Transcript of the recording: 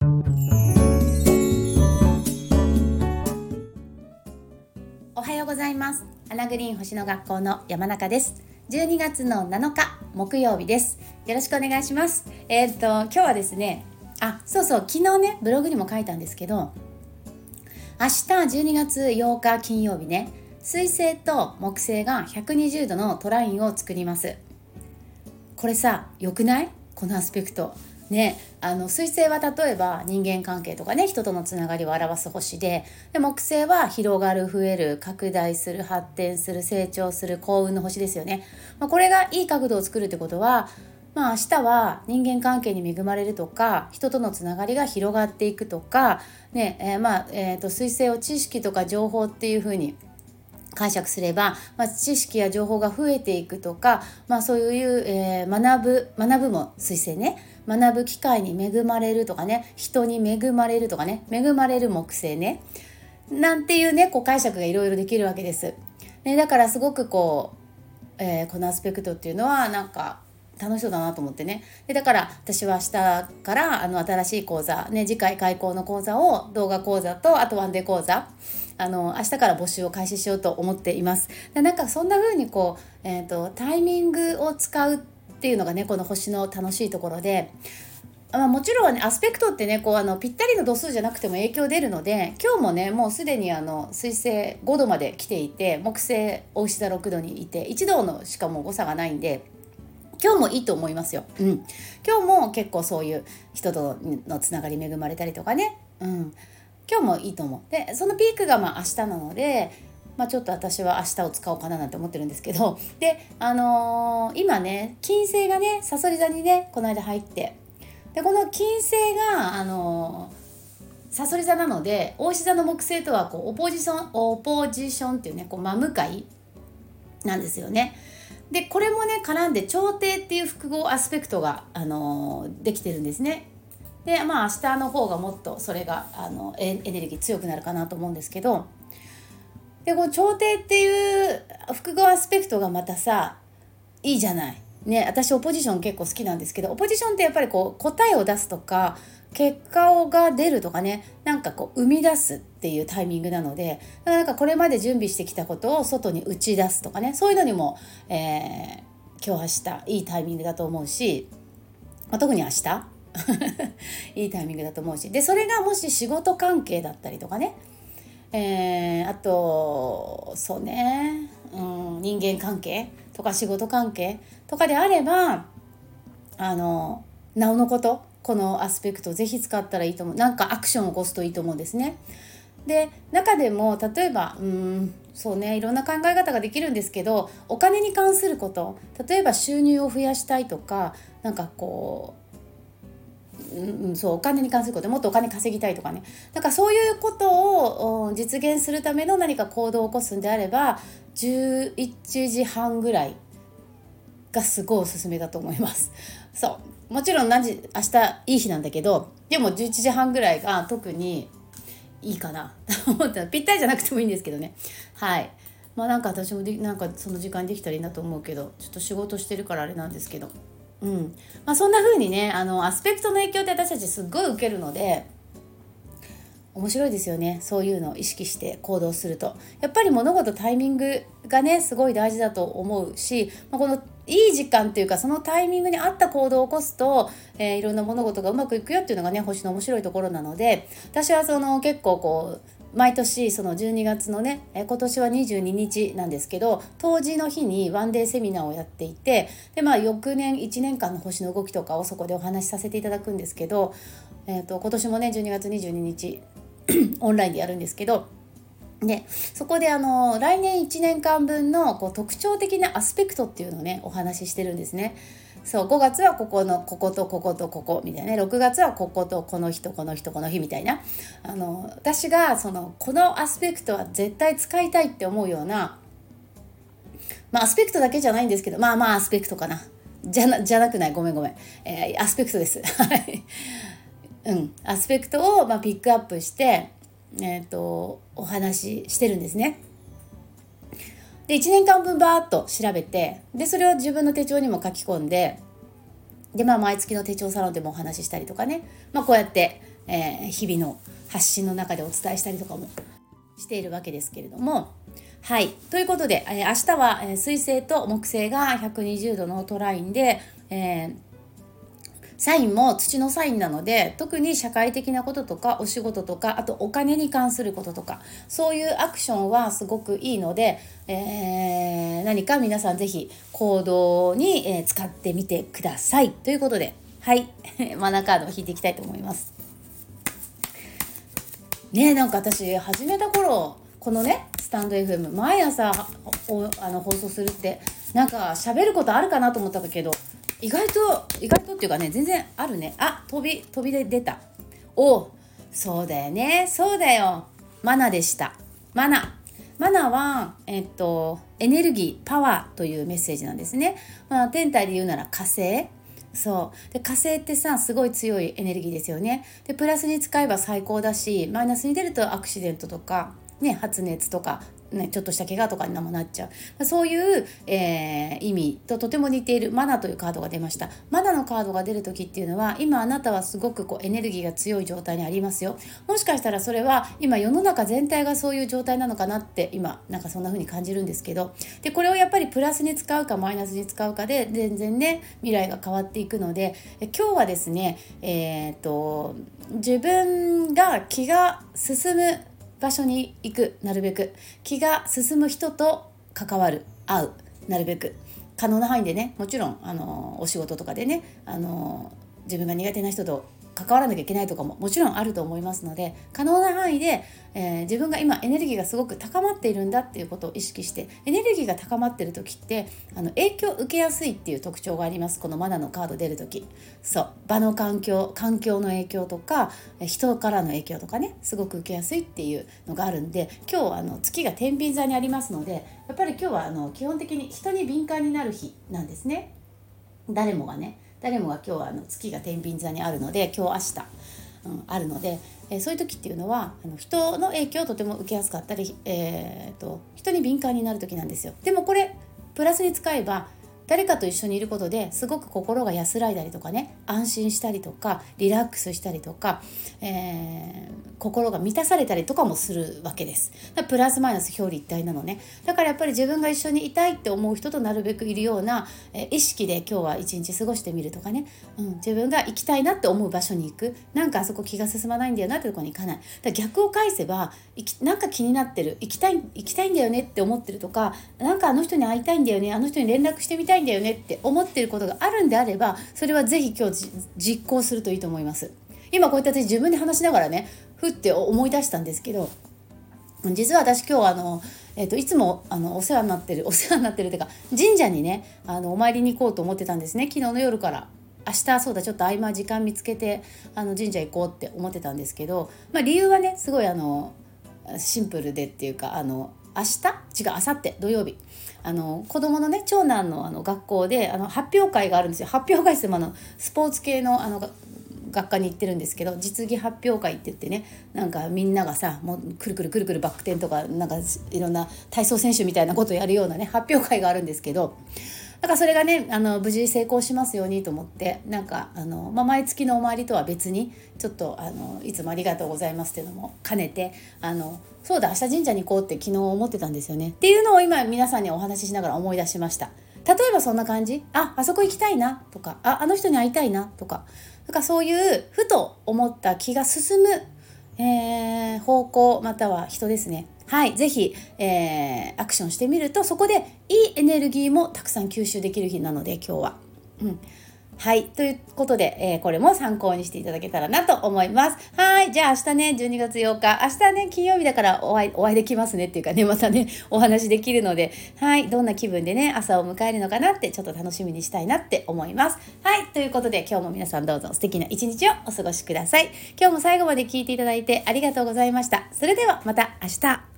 おはようございます。アナグリーン星の学校の山中です。12月の7日木曜日です。よろしくお願いします。今日はですね、昨日ねブログにも書いたんですけど、明日12月8日金曜日ね、水星と木星が120度のトラインを作ります。これさ、良くない？このアスペクトね。水星は例えば人間関係とかね、人とのつながりを表す星で、木星は広がる、増える、拡大する、発展する、成長する幸運の星ですよね。これがいい角度を作るってことは、明日は人間関係に恵まれるとか、人とのつながりが広がっていくとか、水星を知識とか情報っていう風に解釈すれば、知識や情報が増えていくとか、そういう、学ぶも水星ね、学ぶ機会に恵まれるとかね、人に恵まれるとかね、恵まれる木星ね、なんていうね、解釈がいろいろできるわけです、ね。だからすごくこのアスペクトっていうのはなんか楽しそうだなと思ってね。だから私は明日から新しい講座ね、次回開講の講座を、動画講座とあとワンデー講座、明日から募集を開始しようと思っています。なんかそんな風にタイミングを使うっていうのがね、この星の楽しいところで、もちろん、ね、アスペクトってね、ぴったりの度数じゃなくても影響出るので、今日もねもうすでに水星5度まで来ていて、木星牡牛座6度にいて、1度のしかも誤差がないんで、今日もいいと思いますよ。今日も結構そういう人とのつながり恵まれたりとかね、今日もいいと思う。でそのピークが明日なので、ちょっと私は明日を使おうかななんて思ってるんですけど、で今ね、金星がねさそり座にねこの間入って、でこの金星がさそり座なので、牡牛座の木星とはオポジションっていうね、真向かいなんですよね。でこれもね絡んで調停っていう複合アスペクトが、できてるんですね。で明日の方がもっとそれがエネルギー強くなるかなと思うんですけど、でこの調停っていう複合アスペクトがまたさ、いいじゃないね。私オポジション結構好きなんですけど、オポジションってやっぱり答えを出すとか、結果が出るとかね、なんか生み出すっていうタイミングなので、なんかこれまで準備してきたことを外に打ち出すとかね、そういうのにも、今日明日いいタイミングだと思うし、特に明日いいタイミングだと思うし、でそれがもし仕事関係だったりとかね、あとそうね、人間関係とか仕事関係とかであれば、なおのこと、このアスペクトをぜひ使ったらいいと思う。なんかアクションを起こすといいと思うんですね。で中でも例えばそうね、いろんな考え方ができるんですけど、お金に関すること、例えば収入を増やしたいとか、なんかそうお金に関することでもっとお金稼ぎたいとかね、なんかそういうことを実現するための何か行動を起こすんであれば、11時半ぐらいがすごいおすすめだと思います。そうもちろん明日いい日なんだけど、でも11時半ぐらいが特にいいかなと思ったら、ぴったりじゃなくてもいいんですけどね。はい。なんか私もなんかその時間にできたらいいなと思うけど、ちょっと仕事してるからあれなんですけど、そんな風にね、アスペクトの影響って私たちすっごい受けるので、面白いですよね。そういうのを意識して行動すると、やっぱり物事タイミングがねすごい大事だと思うし、このいい時間っていうか、そのタイミングに合った行動を起こすと、いろんな物事がうまくいくよっていうのがね、星の面白いところなので、私は結構毎年その12月のね、今年は22日なんですけど、冬至の日にワンデーセミナーをやっていて、で翌年1年間の星の動きとかをそこでお話しさせていただくんですけど、今年もね12月22日オンラインでやるんですけど、でそこで来年1年間分の特徴的なアスペクトっていうのをねお話ししてるんですね。そう5月はこことこことここみたいなね、6月はこことこの人この人この日みたいな、私がこのアスペクトは絶対使いたいって思うような、アスペクトだけじゃないんですけど、アスペクトかな、じゃなくない、ごめん、アスペクトですはいアスペクトをピックアップして、お話ししてるんですね。で1年間分バーッと調べて、でそれを自分の手帳にも書き込んで、 で毎月の手帳サロンでもお話ししたりとかね、こうやって、日々の発信の中でお伝えしたりとかもしているわけですけれども、はい、ということで、明日は、水星と木星が120度のトラインで、サインも土のサインなので、特に社会的なこととかお仕事とか、あとお金に関することとか、そういうアクションはすごくいいので、何か皆さんぜひ行動に、使ってみてくださいということで、はいマナーカードを引いていきたいと思いますね。なんか私始めた頃、このねスタンド FM 毎朝放送するって、なんか喋ることあるかなと思ったけど、意外とっていうかね、全然あるね。飛びで出た。そうだよね、そうだよ、マナでした。マナは、エネルギー、パワーというメッセージなんですね。天体で言うなら火星。そうで、火星ってさ、すごい強いエネルギーですよね。でプラスに使えば最高だし、マイナスに出るとアクシデントとか、発熱とか、ちょっとした怪我とかにもなっちゃう。そういう、意味ととても似ているマナというカードが出ました。マナのカードが出る時っていうのは、今あなたはすごくエネルギーが強い状態にありますよ。もしかしたらそれは今世の中全体がそういう状態なのかなって、今なんかそんな風に感じるんですけど、でこれをやっぱりプラスに使うかマイナスに使うかで全然ね未来が変わっていくので、今日はですね、自分が気が進む場所に行く、なるべく気が進む人と関わる、会う、なるべく可能な範囲でね、もちろんお仕事とかでね、自分が苦手な人と関わらなきゃいけないとかももちろんあると思いますので、可能な範囲で、自分が今エネルギーがすごく高まっているんだっていうことを意識して、エネルギーが高まっている時って影響を受けやすいっていう特徴があります。このマナのカード出る時、そう場の環境の影響とか人からの影響とかね、すごく受けやすいっていうのがあるんで、今日月が天秤座にありますので、やっぱり今日は基本的に人に敏感になる日なんですね。誰もが今日は月が天秤座にあるので、今日明日、あるので、そういう時っていうのは人の影響をとても受けやすかったり、人に敏感になる時なんですよ。でもこれプラスに使えば、誰かと一緒にいることですごく心が安らいだりとかね、安心したりとかリラックスしたりとか、心が満たされたりとかもするわけです。だからプラスマイナス表裏一体なのね。だからやっぱり自分が一緒にいたいって思う人となるべくいるような、意識で今日は一日過ごしてみるとかね、自分が行きたいなって思う場所に行く。なんかあそこ気が進まないんだよなってところに行かない。だから逆を返せば、なんか気になってる、行きたいんだよねって思ってるとか、なんかあの人に会いたいんだよね、あの人に連絡してみたいんだよねって思ってることがあるんであれば、それはぜひ今日実行するといいと思います。今こうやって私自分で話しながらね、ふって思い出したんですけど、実は私今日いつもお世話になってるっていうか、神社にねお参りに行こうと思ってたんですね。昨日の夜から、明日そうだ、ちょっと合間時間見つけて神社行こうって思ってたんですけど、理由はねすごいシンプルでっていうか、明後日土曜日、子供のね長男の学校で発表会があるんですよ。発表会ってスポーツ系の学科に行ってるんですけど、実技発表会って言ってね、なんかみんながさ、もうくるくるバック転とか、なんかいろんな体操選手みたいなことをやるようなね発表会があるんですけど、だからそれがね無事成功しますようにと思って、なんか毎月のお参りとは別にちょっといつもありがとうございますっていうのも兼ねて、そうだ、明日神社に行こうって昨日思ってたんですよねっていうのを今皆さんにお話ししながら思い出しました。例えばそんな感じ、あそこ行きたいなとか、あの人に会いたいなとか、だからそういうふと思った気が進む、方向または人ですね。はい、ぜひ、アクションしてみると、そこでいいエネルギーもたくさん吸収できる日なので今日は、はい、ということで、これも参考にしていただけたらなと思います。はい、じゃあ明日ね12月8日、明日ね金曜日だからお会いできますねっていうかね、またねお話できるので、はい、どんな気分でね朝を迎えるのかなってちょっと楽しみにしたいなって思います。はい、ということで今日も皆さんどうぞ素敵な一日をお過ごしください。今日も最後まで聞いていただいてありがとうございました。それではまた明日。